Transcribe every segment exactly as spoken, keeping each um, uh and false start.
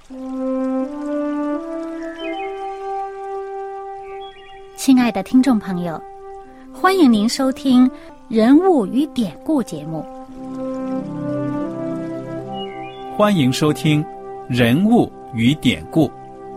亲爱的听众朋友，欢迎您收听《人物与典故》节目。 欢迎收听《人物与典故》。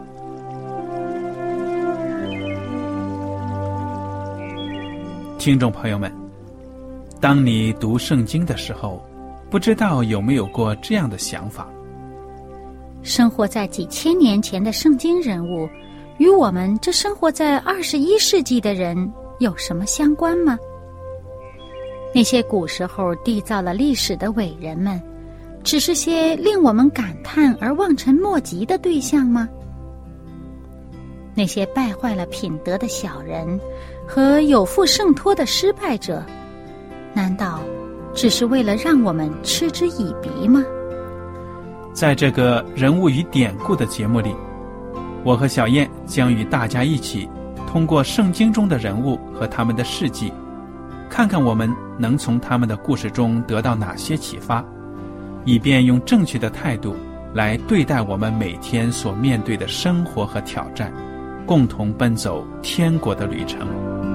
听众朋友们，当你读圣经的时候，不知道有没有过这样的想法？ 生活在几千年前的圣经人物，与我们这生活在二十一世纪的人有什么相关吗？那些古时候缔造了历史的伟人们，只是些令我们感叹而望尘莫及的对象吗？那些败坏了品德的小人和有负圣托的失败者，难道只是为了让我们嗤之以鼻吗？ 在这个人物与典故的节目里，我和小燕将与大家一起通过圣经中的人物和他们的事迹，看看我们能从他们的故事中得到哪些启发，以便用正确的态度来对待我们每天所面对的生活和挑战，共同奔走天国的旅程。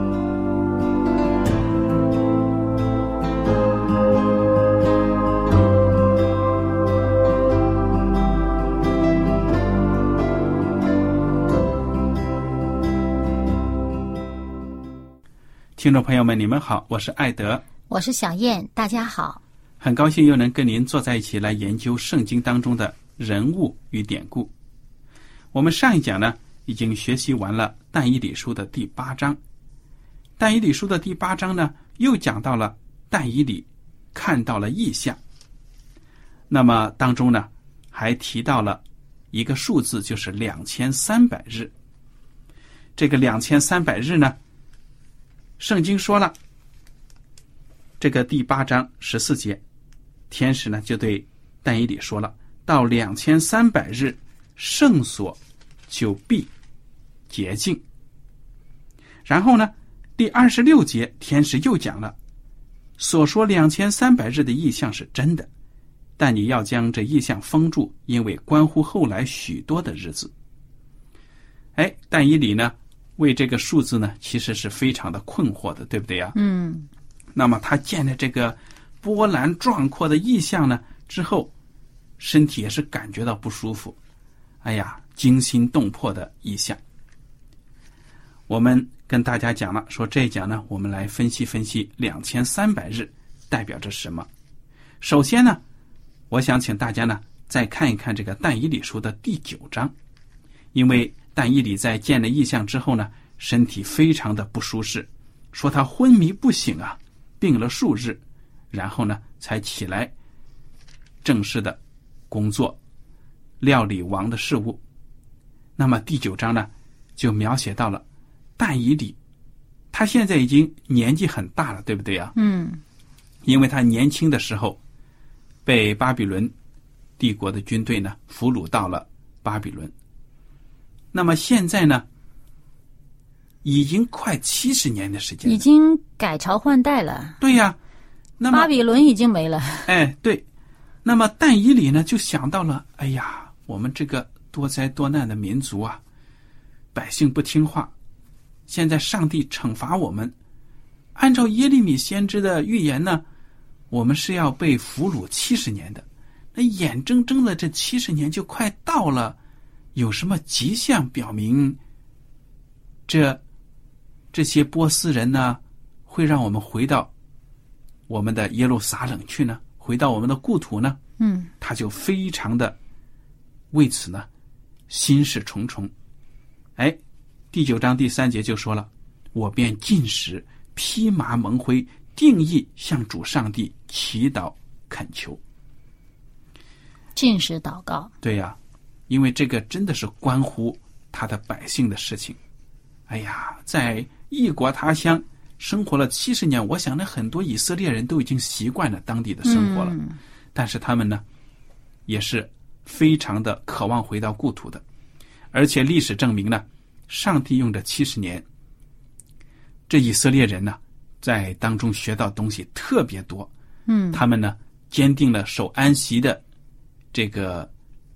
听众朋友们，你们好，我是艾德， 我是小燕，大家好。 很高兴又能跟您坐在一起来研究圣经当中的人物与典故。我们上一讲呢，已经学习完了但以理书的第八章。但以理书的第八章呢，又讲到了但以理看到了异象。那么当中呢，还提到了一个数字，就是两千三百日。这个两千三百日呢，圣经说了，这个第八章十四节，天使呢就对但以理说了，到两千三百日，圣所就必洁净。然后呢，第二十六节，天使又讲了，所说两千三百日的异象是真的，但你要将这异象封住，因为关乎后来许多的日子。哎，但以理呢，为这个数字呢，其实是非常的困惑的，对不对呀？ 嗯。 那么他见了这个波澜壮阔的异象呢之后，身体也是感觉到不舒服。哎呀，惊心动魄的异象。我们跟大家讲了，说这一讲呢，我们来分析分析两千三百日代表着什么。首先呢，我想请大家呢再看一看这个但以理书的第九章，因为但以理在见了异象之后呢，身体非常的不舒适，说他昏迷不醒啊，病了数日，然后呢才起来正式的工作，料理王的事务。那么第九章呢，就描写到了但以理，他现在已经年纪很大了，对不对啊？ 嗯， 因为他年轻的时候被巴比伦帝国的军队呢俘虏到了巴比伦。那么现在呢，已经快七十年的时间了， 已经改朝换代了。 对呀，那么巴比伦已经没了。 哎，对。那么但以理呢，就想到了，哎呀，我们这个多灾多难的民族啊，百姓不听话，现在上帝惩罚我们。按照耶利米先知的预言呢，我们是要被俘虏七十年的。那眼睁睁的这七十年就快到了，有什么迹象表明这这些波斯人呢会让我们回到我们的耶路撒冷去呢，回到我们的故土呢？ 嗯， 他就非常的为此呢心事重重。哎，第九章第三节就说了，我便禁食，披麻蒙灰，定义向主上帝祈祷恳求。 禁食祷告。 对呀，因为这个真的是关乎他的百姓的事情。哎呀，在异国他乡生活了七十年，我想那很多以色列人都已经习惯了当地的生活了， 嗯、 但是他们呢也是非常的渴望回到故土的。而且历史证明呢，上帝用这七十年，这以色列人呢在当中学到东西特别多。 嗯， 他们呢坚定了守安息的这个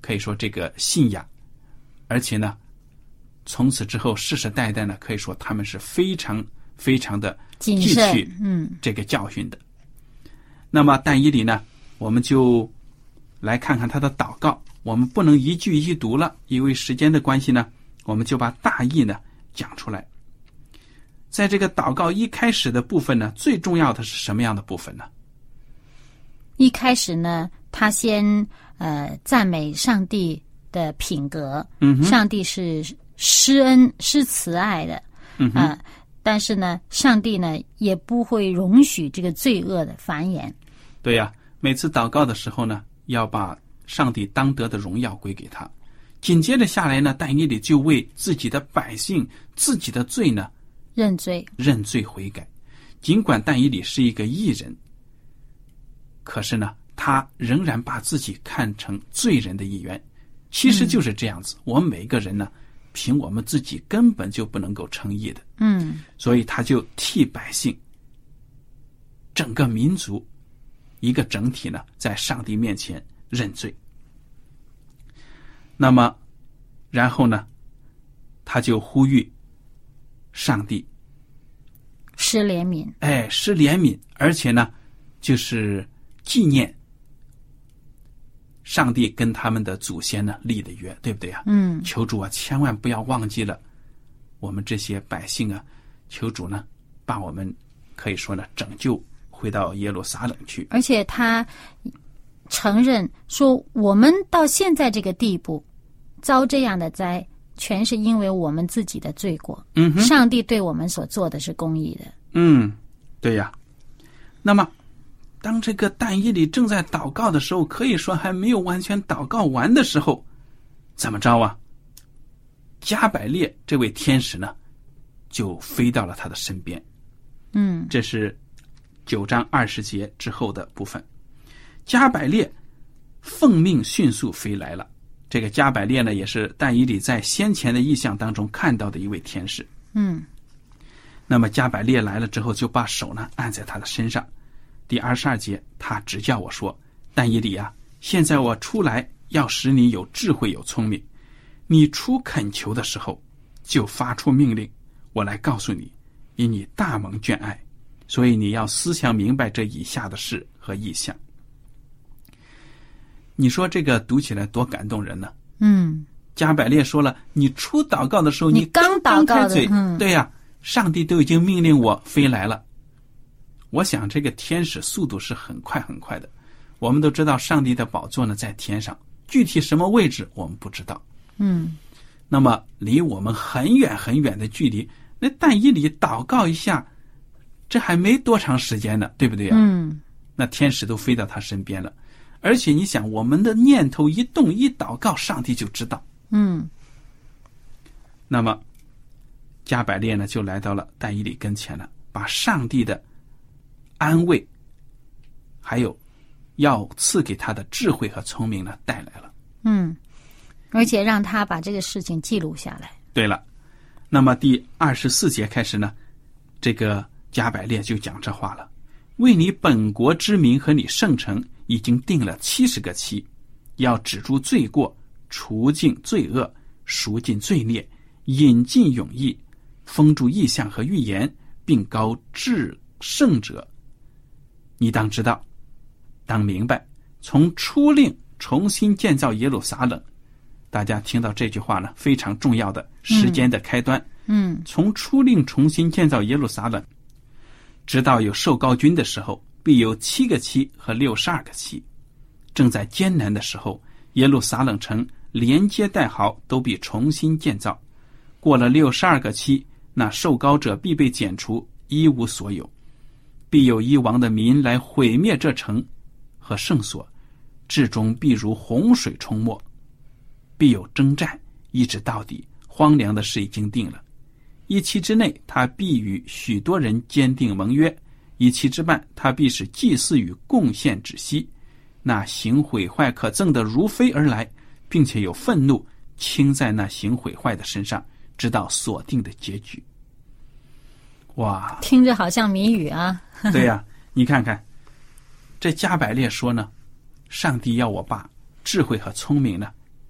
可以说这个信仰，而且呢，从此之后世世代代呢，可以说他们是非常非常的谨记取嗯这个教训的。那么但以理呢，我们就来看看他的祷告。我们不能一句一句读了，因为时间的关系呢，我们就把大意呢讲出来。在这个祷告一开始的部分呢，最重要的是什么样的部分呢？ 一开始呢，他先呃赞美上帝的品格， 嗯哼， 上帝是施恩、施慈爱的， 嗯哼， 呃，但是呢，上帝呢也不会容许这个罪恶的繁衍。 对呀，每次祷告的时候呢，要把上帝当得的荣耀归给他。紧接着下来呢，但以理就为自己的百姓、自己的罪呢认罪， 认罪悔改。尽管但以理是一个义人，可是呢，他仍然把自己看成罪人的一员。其实就是这样子，嗯、我们每一个人呢，凭我们自己根本就不能够称义的。 嗯， 所以他就替百姓、整个民族、一个整体呢，在上帝面前认罪。那么，然后呢，他就呼吁上帝施怜悯， 哎，施怜悯，而且呢，就是纪念上帝跟他们的祖先呢立的约，对不对啊？ 嗯， 求主啊，千万不要忘记了我们这些百姓啊，求主呢，把我们可以说呢拯救回到耶路撒冷去。 而且他承认说，我们到现在这个地步遭这样的灾，全是因为我们自己的罪过。 嗯哼， 上帝对我们所做的是公义的。 嗯，对呀。那么当这个但以理正在祷告的时候，可以说还没有完全祷告完的时候，怎么着啊？加百列这位天使呢，就飞到了他的身边。 嗯， 这是九章二十节之后的部分。加百列奉命迅速飞来了。这个加百列呢，也是但以理在先前的异象当中看到的一位天使。 嗯， 那么加百列来了之后，就把手呢按在他的身上。第二十二节，他指教我说：“但以理啊，现在我出来要使你有智慧有聪明。你出恳求的时候，就发出命令，我来告诉你，因你大蒙眷爱，所以你要思想明白这以下的事和意象。”你说这个读起来多感动人呢？ 嗯， 加百列说了，你出祷告的时候， 你刚刚祷告的开嘴， 嗯， 对呀、啊，上帝都已经命令我飞来了。我想这个天使速度是很快很快的。我们都知道上帝的宝座呢在天上，具体什么位置我们不知道。 嗯， 那么离我们很远很远的距离，那但以理祷告一下，这还没多长时间呢，对不对啊？ 嗯， 那天使都飞到他身边了。而且你想，我们的念头一动一祷告，上帝就知道。 嗯， 那么加百列呢就来到了但以理跟前了，把上帝的安慰还有要赐给他的智慧和聪明呢带来了。 嗯，而且让他把这个事情记录下来。 对了，那么第二十四节开始呢，这个加百列就讲这话了：为你本国之民和你圣城已经定了七十个期，要止住罪过，除尽罪恶，赎尽罪孽，引进永义，封住异象和预言，并高至圣者。你当知道，当明白，从初令重新建造耶路撒冷，大家听到这句话呢，非常重要的时间的开端。 嗯， 从初令重新建造耶路撒冷，直到有受膏君的时候，必有七个期和六十二个期。正在艰难的时候，耶路撒冷城连接带壕都必重新建造。过了六十二个期，那受膏者必被剪除，一无所有。必有一王的民来毁灭这城和圣所，至终必如洪水冲没。必有征战，一直到底，荒凉的事已经定了。一期之内，他必与许多人坚定盟约；一期之半，他必使祭祀与贡献止息。那行毁坏可憎的如飞而来，并且有愤怒倾在那行毁坏的身上，直到所定的结局。哇， 听着好像谜语啊。 对呀、啊，你看看，这加百列说呢，上帝要我把智慧和聪明呢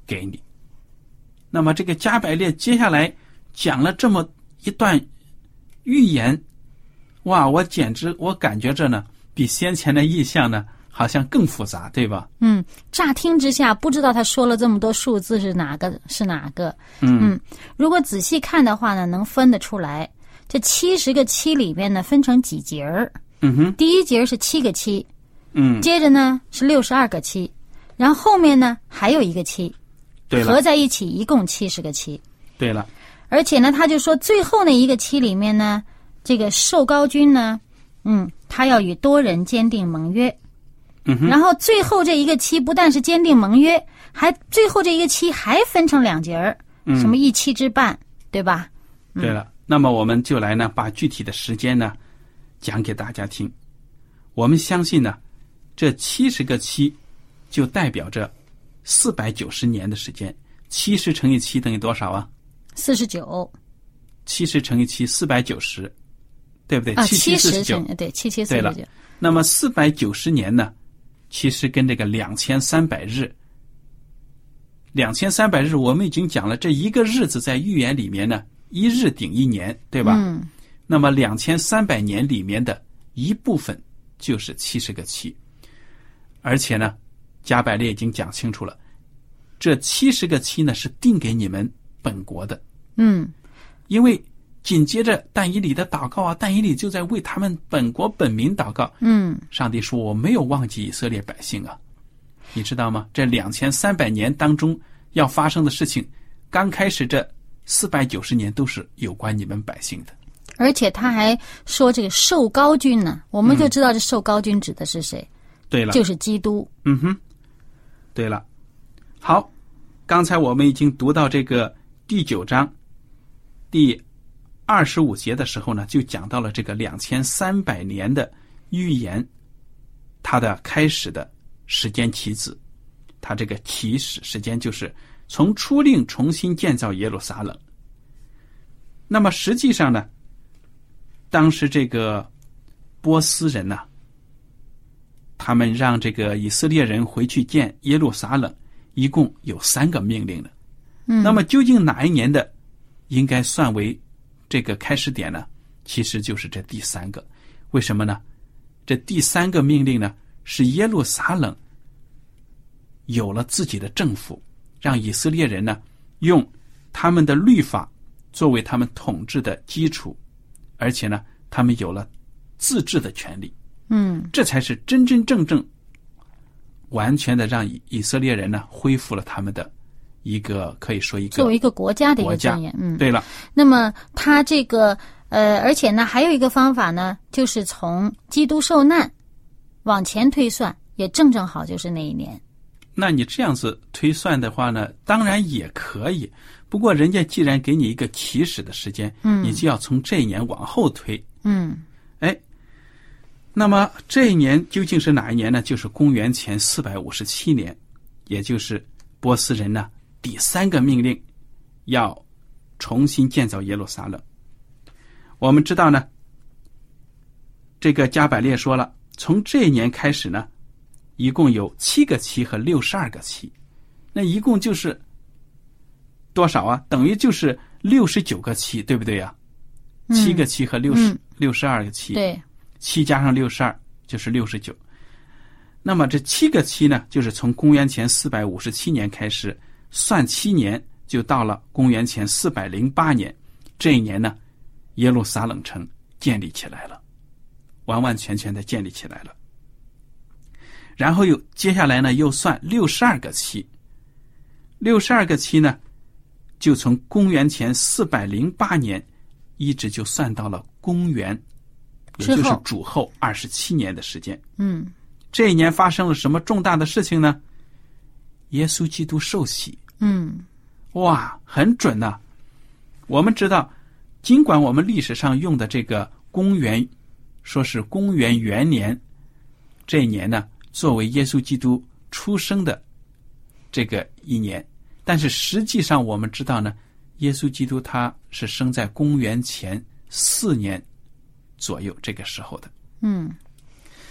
给你。那么这个加百列接下来讲了这么一段预言，哇，我简直我感觉这呢比先前的意象呢好像更复杂，对吧？ 嗯，乍听之下不知道他说了这么多数字是哪个是哪个。 嗯嗯，如果仔细看的话呢，能分得出来。这七十个七里面呢，分成几节儿。 嗯哼， 第一节是七个七， 嗯， 接着呢是六十二个七，然后后面呢还有一个七， 对了， 合在一起一共七十个七。 对了， 而且呢，他就说最后那一个七里面呢，这个受膏君呢，嗯，他要与多人坚定盟约。 嗯哼， 然后最后这一个期不但是坚定盟约，还最后这一个期还分成两节儿， 嗯， 什么一期之半，对吧？ 对了，那么我们就来呢，把具体的时间呢讲给大家听。我们相信呢，这七十个期就代表着四百九十年的时间。七十乘以七等于多少啊？ 四十九。 七十乘以七，四百九十，对不对？ 啊， 七七四十九， 对，七七四十九。 那么四百九十年呢，其实跟这个两千三百日，两千三百日我们已经讲了，这一个日子在预言里面呢，一日顶一年，对吧？ 嗯。 那么两千三百年里面的一部分就是七十个七，而且呢，加百列已经讲清楚了，这七十个七呢是定给你们本国的。 嗯， 因为紧接着但以理的祷告啊，但以理就在为他们本国本民祷告。 嗯， 上帝说我没有忘记以色列百姓啊，你知道吗？这两千三百年当中要发生的事情，刚开始这四百九十年都是有关你们百姓的。 而且他还说这个受膏君呢，我们就知道这受膏君指的是谁。 嗯、对了， 就是基督。 嗯哼，对了。好，刚才我们已经读到这个第九章第二十五节的时候呢，就讲到了这个两千三百年的预言，它的开始的时间起止，它这个起始时间就是从初令重新建造耶路撒冷。那么实际上呢，当时这个波斯人呢、啊，他们让这个以色列人回去建耶路撒冷，一共有三个命令的。 嗯， 那么究竟哪一年的应该算为这个开始点呢？其实就是这第三个。为什么呢？这第三个命令呢，是耶路撒冷有了自己的政府，让以色列人呢用他们的律法作为他们统治的基础，而且呢他们有了自治的权利。 嗯， 这才是真真正正完全的让以色列人呢恢复了他们的一个可以说一个作为一个国家的一个尊严。嗯， 对了。 那么他这个呃，而且呢还有一个方法呢，就是从基督受难往前推算，也正正好就是那一年。 那你这样子推算的话呢，当然也可以，不过人家既然给你一个起始的时间， 嗯， 你就要从这一年往后推。 嗯， 哎，那么这一年究竟是哪一年呢？就是公元前四百五十七年，也就是波斯人呢第三个命令，要重新建造耶路撒冷。我们知道呢，这个加百列说了，从这一年开始呢，一共有七个期和六十二个期，那一共就是多少啊？等于就是六十九个期，对不对呀、啊？七个期和六十六十二个期， 对， 七加上六十二就是六十九。那么这七个期呢，就是从公元前四百五十七年开始算七年，就到了公元前四百零八年。这一年呢，耶路撒冷城建立起来了，完完全全的建立起来了。然后又接下来呢，又算六十二个期，六十二个期呢，就从公元前四百零八年一直就算到了公元，也就是主后二十七年的时间。 嗯， 这一年发生了什么重大的事情呢？耶稣基督受洗。 嗯， 哇，很准呐、啊！我们知道，尽管我们历史上用的这个公元，说是公元元年，这一年呢，作为耶稣基督出生的这个一年，但是实际上我们知道呢，耶稣基督他是生在公元前四年左右这个时候的。 嗯，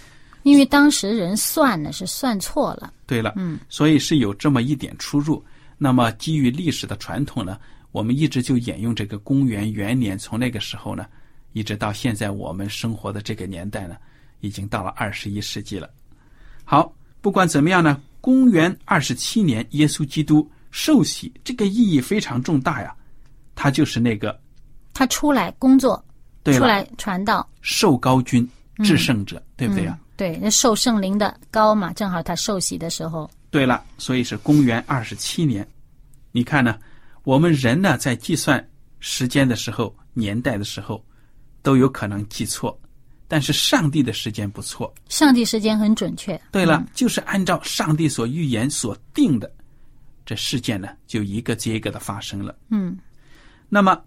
因为当时人算呢是算错了。 对了， 嗯， 所以是有这么一点出入。 那么基于历史的传统呢，我们一直就沿用这个公元元年，从那个时候呢一直到现在我们生活的这个年代呢，已经到了二十一世纪了。好，不管怎么样呢，公元二十七年耶稣基督受洗，这个意义非常重大呀。他就是那个他出来工作， 对了， 出来传道， 受膏君至圣者、嗯、对不对呀、啊嗯、对，那受圣灵的膏嘛，正好他受洗的时候。 对了，所以是公元二十七年。你看呢，我们人呢在计算时间的时候，年代的时候都有可能记错，但是上帝的时间不错， 上帝时间很准确。 对了、 嗯、 就是按照上帝所预言所定的，这事件呢就一个接一个的发生了。 嗯， 那么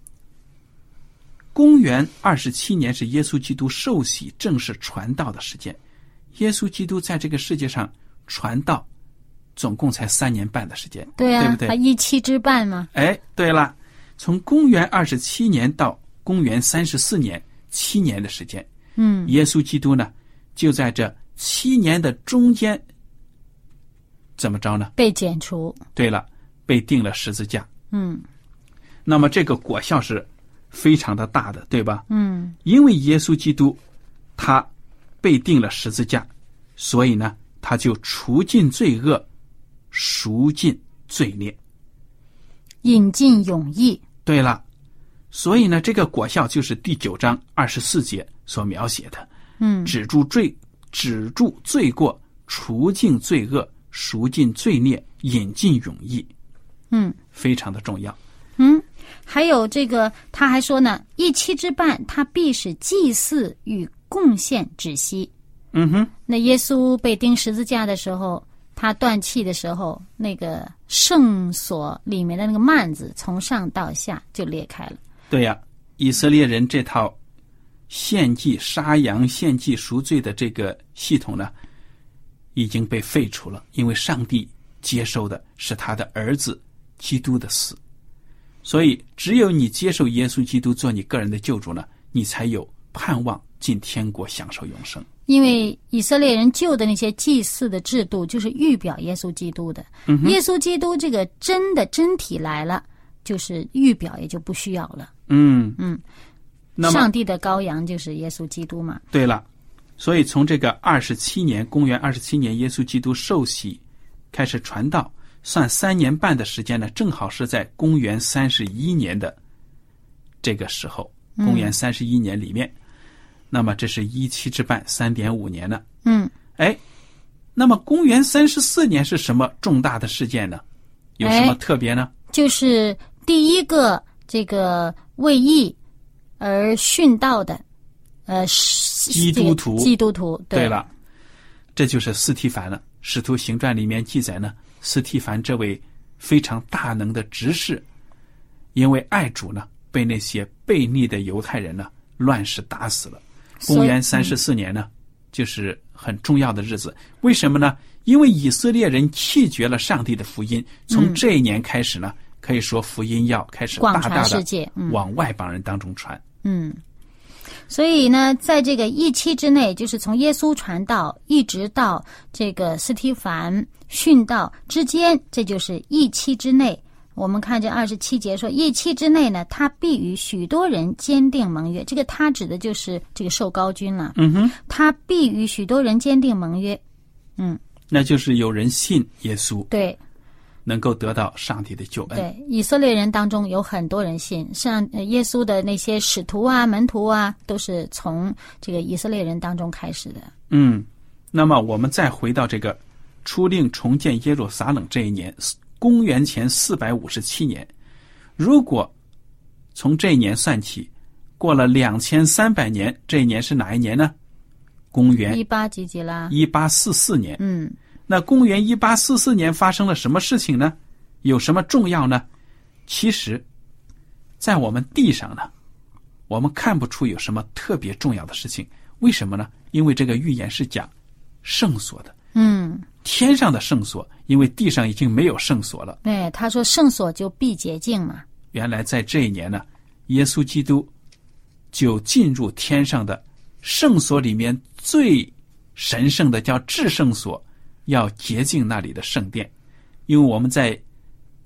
公元二十七年是耶稣基督受洗正式传道的时间。耶稣基督在这个世界上传道总共才三年半的时间， 对啊， 对不对？ 他一期之半嘛。 哎，对了，从公元二十七年到公元三十四年，七年的时间。 嗯， 耶稣基督呢，就在这七年的中间，怎么着呢？ 被剪除。 对了，被钉了十字架。 嗯， 那么这个果效是非常的大的，对吧？ 嗯， 因为耶稣基督他被钉了十字架，所以呢，他就除尽罪恶，赎尽罪孽， 引进永义。 对了，所以呢，这个果效就是第九章二十四节所描写的。 嗯， 止住罪，止住罪过，除尽罪恶，赎尽罪孽，引进永义。 嗯， 非常的重要。 嗯，还有这个，他还说呢，一期之半，他必使祭祀与贡献止息。 嗯哼， 那耶稣被钉十字架的时候，他断气的时候，那个圣所里面的那个幔子从上到下就裂开了。 对呀、啊，以色列人这套献祭、杀羊、献祭赎罪的这个系统呢，已经被废除了，因为上帝接受的是他的儿子基督的死。所以只有你接受耶稣基督做你个人的救主呢，你才有盼望进天国享受永生。 因为以色列人旧的那些祭祀的制度就是预表耶稣基督的、嗯、耶稣基督这个真的真体来了，就是预表也就不需要了。 嗯嗯， 那么上帝的羔羊就是耶稣基督嘛。 对了，所以从这个二十七年公元二十七年耶稣基督受洗开始传道，算三年半的时间呢，正好是在公元三十一年的这个时候，公元三十一年里面、嗯、那么这是一期之半， 三点五年呢。 嗯， 哎，那么公元三十四年是什么重大的事件呢？有什么特别呢？ 就是第一个这个为义而殉道的呃基督徒， 基督徒 对, 对了，这就是司提反了。使徒行传里面记载呢，司提反这位非常大能的执事，因为爱主呢，被那些悖逆的犹太人呢乱世打死了。公元三十四年呢、嗯、就是很重要的日子。为什么呢？因为以色列人弃绝了上帝的福音，从这一年开始呢、嗯、可以说福音要开始大大的往外邦人当中传。 嗯，所以呢，在这个一期之内，就是从耶稣传道一直到这个司提反殉道之间，这就是一期之内。我们看这二十七节说，一期之内呢，他必与许多人坚定盟约。这个他指的就是这个受膏君了。 嗯哼， 他必与许多人坚定盟约。嗯， 那就是有人信耶稣， 对， 能够得到上帝的救恩。 对，以色列人当中有很多人信，像耶稣的那些使徒啊、门徒啊，都是从这个以色列人当中开始的。 嗯，那么我们再回到这个出令重建耶路撒冷这一年，公元前四百五十七年，如果从这一年算起，过了两千三百年，这一年是哪一年呢？公元一八几几啦？ 一八四四年。 嗯， 那公元一八四四年发生了什么事情呢？有什么重要呢？其实，在我们地上呢，我们看不出有什么特别重要的事情。为什么呢？因为这个预言是讲圣所的。 嗯， 天上的圣所，因为地上已经没有圣所了。 对，他说圣所就必洁净嘛。 原来在这一年呢，耶稣基督就进入天上的圣所里面最神圣的叫至圣所，要洁净那里的圣殿。因为我们在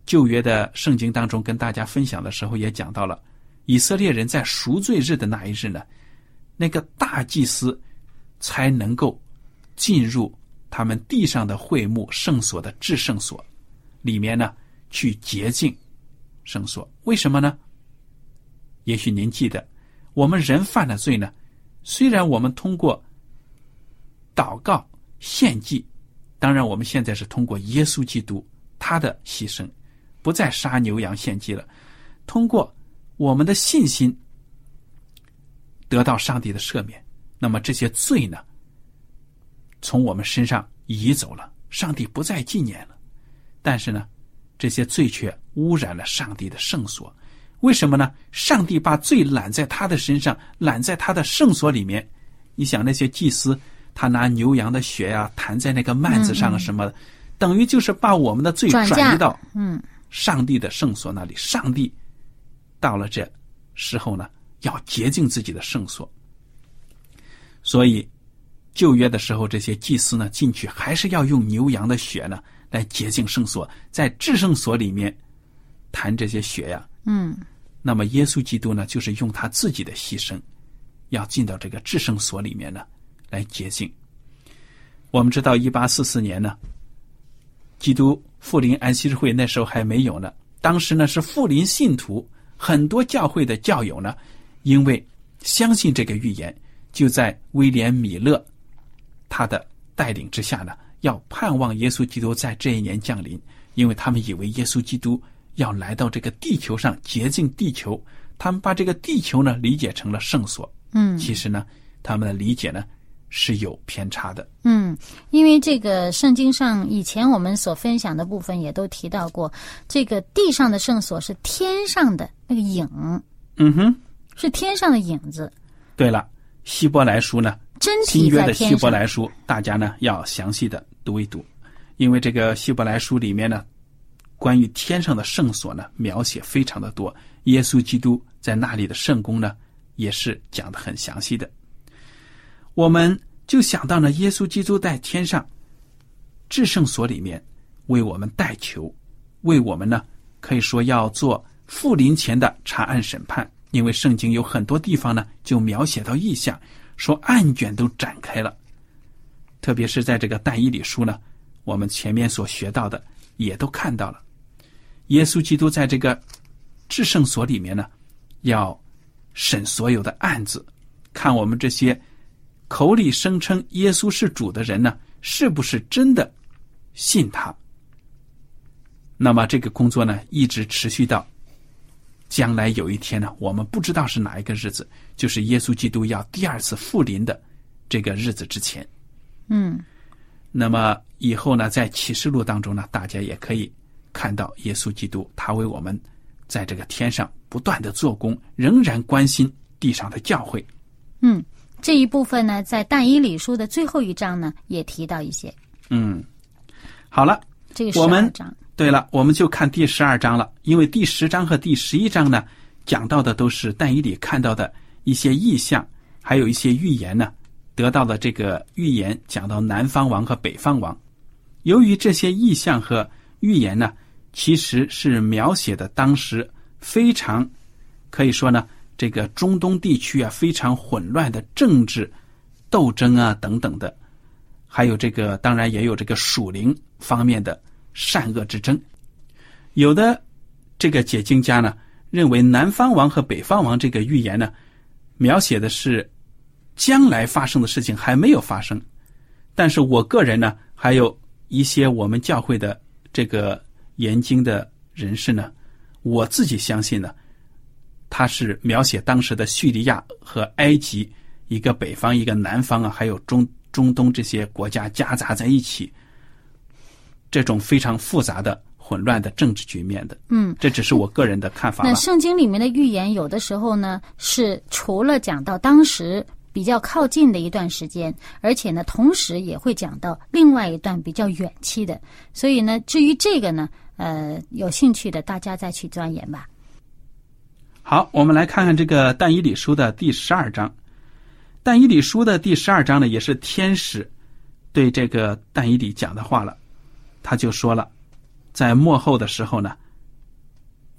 旧约的圣经当中跟大家分享的时候也讲到了，以色列人在赎罪日的那一日呢，那个大祭司才能够进入他们地上的会幕圣所的至圣所里面呢，去洁净圣所。为什么呢？也许您记得，我们人犯了罪呢，虽然我们通过祷告献祭，当然我们现在是通过耶稣基督他的牺牲，不再杀牛羊献祭了，通过我们的信心得到上帝的赦免，那么这些罪呢从我们身上移走了，上帝不再纪念了。但是呢，这些罪却污染了上帝的圣所。为什么呢？上帝把罪揽在他的身上，揽在他的圣所里面。你想那些祭司，他拿牛羊的血呀、啊、弹在那个幔子上什么的、嗯嗯、等于就是把我们的罪转移到上帝的圣所那里。上帝到了这时候呢，要洁净自己的圣所。所以旧约的时候，这些祭司呢进去还是要用牛羊的血呢来洁净圣所，在至圣所里面弹这些血呀、啊。 嗯， 那么耶稣基督呢，就是用他自己的牺牲，要进到这个至圣所里面呢，来洁净。我们知道，一八四四年呢，基督复临安息日会那时候还没有呢。当时呢是复临信徒，很多教会的教友呢，因为相信这个预言，就在威廉米勒他的带领之下呢，要盼望耶稣基督在这一年降临，因为他们以为耶稣基督要来到这个地球上洁净地球，他们把这个地球呢理解成了圣所。 嗯， 其实呢，他们的理解呢是有偏差的。 嗯，因为这个圣经上以前我们所分享的部分也都提到过，这个地上的圣所是天上的那个影。 嗯哼， 是天上的影子。 对了，希伯来书呢， 真新约的体在天上。 希伯来书，大家呢要详细的读一读，因为这个希伯来书里面呢，关于天上的圣所呢，描写非常的多。耶稣基督在那里的圣功呢，也是讲得很详细的。我们就想到呢，耶稣基督在天上至圣所里面为我们代求，为我们呢可以说要做复临前的查案审判。因为圣经有很多地方呢就描写到异象，说案卷都展开了。特别是在这个但以理书呢，我们前面所学到的也都看到了。耶稣基督在这个至圣所里面呢，要审所有的案子，看我们这些口里声称耶稣是主的人呢，是不是真的信他。那么这个工作呢，一直持续到将来有一天呢，我们不知道是哪一个日子，就是耶稣基督要第二次复临的这个日子之前。 嗯， 那么以后呢，在启示录当中呢，大家也可以看到耶稣基督他为我们在这个天上不断的做工，仍然关心地上的教会。 嗯，这一部分呢，在但以理书的最后一章呢，也提到一些。 嗯，好了， 这个十二章。 对了，我们就看第十二章了，因为第十章和第十一章呢，讲到的都是但以理看到的一些异象，还有一些预言呢，得到的这个预言讲到南方王和北方王。由于这些异象和预言呢，其实是描写的当时非常可以说呢，这个中东地区啊非常混乱的政治斗争啊等等的，还有这个当然也有这个属灵方面的善恶之争。有的这个解经家呢认为南方王和北方王这个预言呢，描写的是将来发生的事情还没有发生。但是我个人呢，还有一些我们教会的这个研经的人士呢，我自己相信呢，他是描写当时的叙利亚和埃及，一个北方一个南方啊，还有中中东这些国家夹杂在一起，这种非常复杂的混乱的政治局面的。 嗯， 这只是我个人的看法了。 那圣经里面的预言有的时候呢，是除了讲到当时比较靠近的一段时间，而且呢同时也会讲到另外一段比较远期的。所以呢，至于这个呢，呃，有兴趣的大家再去钻研吧。 好，我们来看看这个但以理书的第十二章。但以理书的第十二章呢，也是天使对这个但以理讲的话了。他就说了，在末后的时候呢，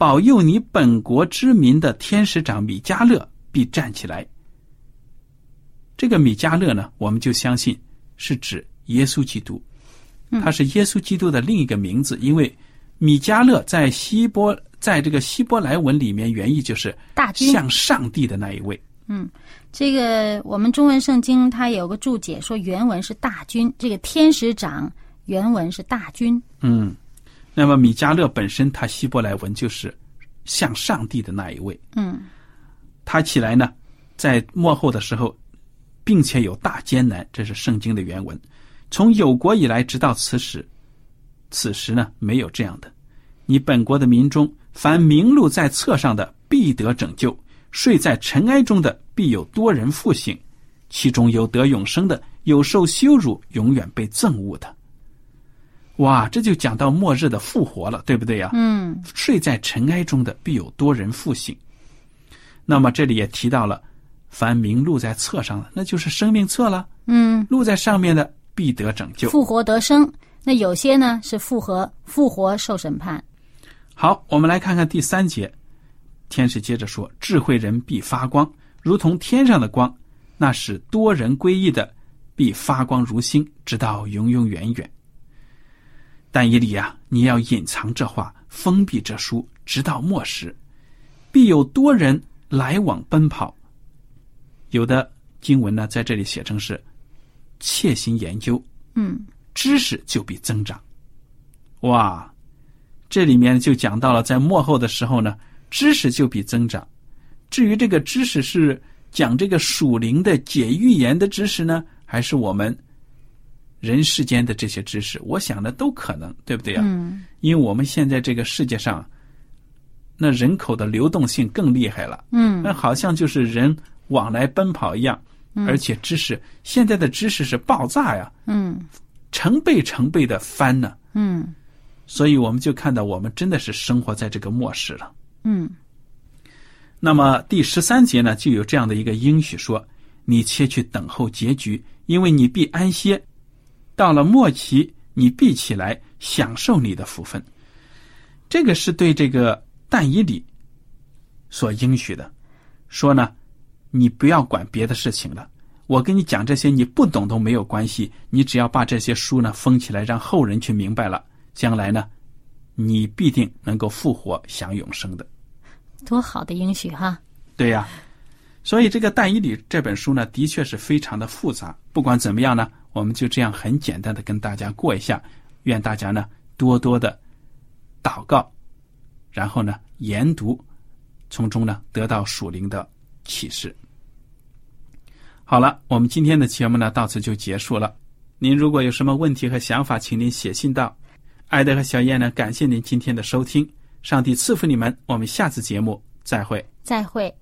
保佑你本国之民的天使长米迦勒必站起来。这个米迦勒呢，我们就相信是指耶稣基督，他是耶稣基督的另一个名字，因为米迦勒在希波在这个希伯来文里面原意就是大军， 像上帝的那一位。 嗯，这个我们中文圣经它有个注解说原文是大军，这个天使长原文是大军。 嗯，那么米迦勒本身他希伯来文就是像上帝的那一位。 嗯， 他起来呢，在末后的时候，并且有大艰难，这是圣经的原文。从有国以来直到此时，此时呢没有这样的。你本国的民中，凡名录在册上的，必得拯救；睡在尘埃中的，必有多人复醒。其中有得永生的，有受羞辱，永远被憎恶的。哇，这就讲到末日的复活了，对不对呀？ 嗯， 睡在尘埃中的，必有多人复醒。那么这里也提到了，凡名录在册上的，那就是生命册了。 嗯， 录在上面的，必得拯救， 复活得生。那有些呢是复活，复活受审判。 好，我们来看看第三节，天使接着说：智慧人必发光，如同天上的光，那使多人归义的，必发光如星，直到永永远远。但以理啊，你要隐藏这话，封闭这书，直到末时，必有多人来往奔跑。有的经文呢，在这里写成是切心研究， 嗯， 知识就必增长。哇，这里面就讲到了，在末后的时候呢，知识就必增长。至于这个知识是讲这个属灵的解预言的知识呢，还是我们人世间的这些知识，我想呢都可能，对不对啊？ 嗯， 因为我们现在这个世界上，那人口的流动性更厉害了。 嗯， 那好像就是人往来奔跑一样， 嗯， 而且知识现在的知识是爆炸呀， 嗯， 成倍成倍的翻呢。 嗯， 所以我们就看到我们真的是生活在这个末世了。 嗯， 那么第十三节呢，就有这样的一个应许说：你且去等候结局，因为你必安歇，到了末期，你必起来享受你的福分。这个是对这个但以理所应许的，说呢，你不要管别的事情了，我跟你讲这些你不懂都没有关系，你只要把这些书呢封起来，让后人去明白了，将来呢，你必定能够复活享永生的。 多好的应许哈！ 对呀，所以这个但以理这本书呢，的确是非常的复杂。不管怎么样呢，我们就这样很简单的跟大家过一下，愿大家呢多多的祷告，然后呢研读，从中呢得到属灵的启示。好了，我们今天的节目呢到此就结束了。您如果有什么问题和想法，请您写信到艾德和小燕呢，感谢您今天的收听，上帝赐福你们，我们下次节目再会。 再会。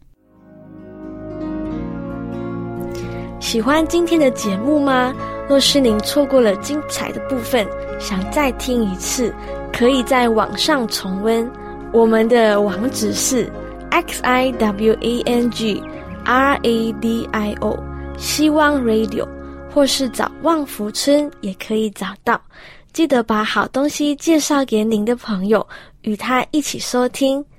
喜欢今天的节目吗？若是您错过了精彩的部分，想再听一次，可以在网上重温。我们的网址是 x i w a n g r a d i o 希望 radio， 或是找旺福村也可以找到。记得把好东西介绍给您的朋友，与他一起收听。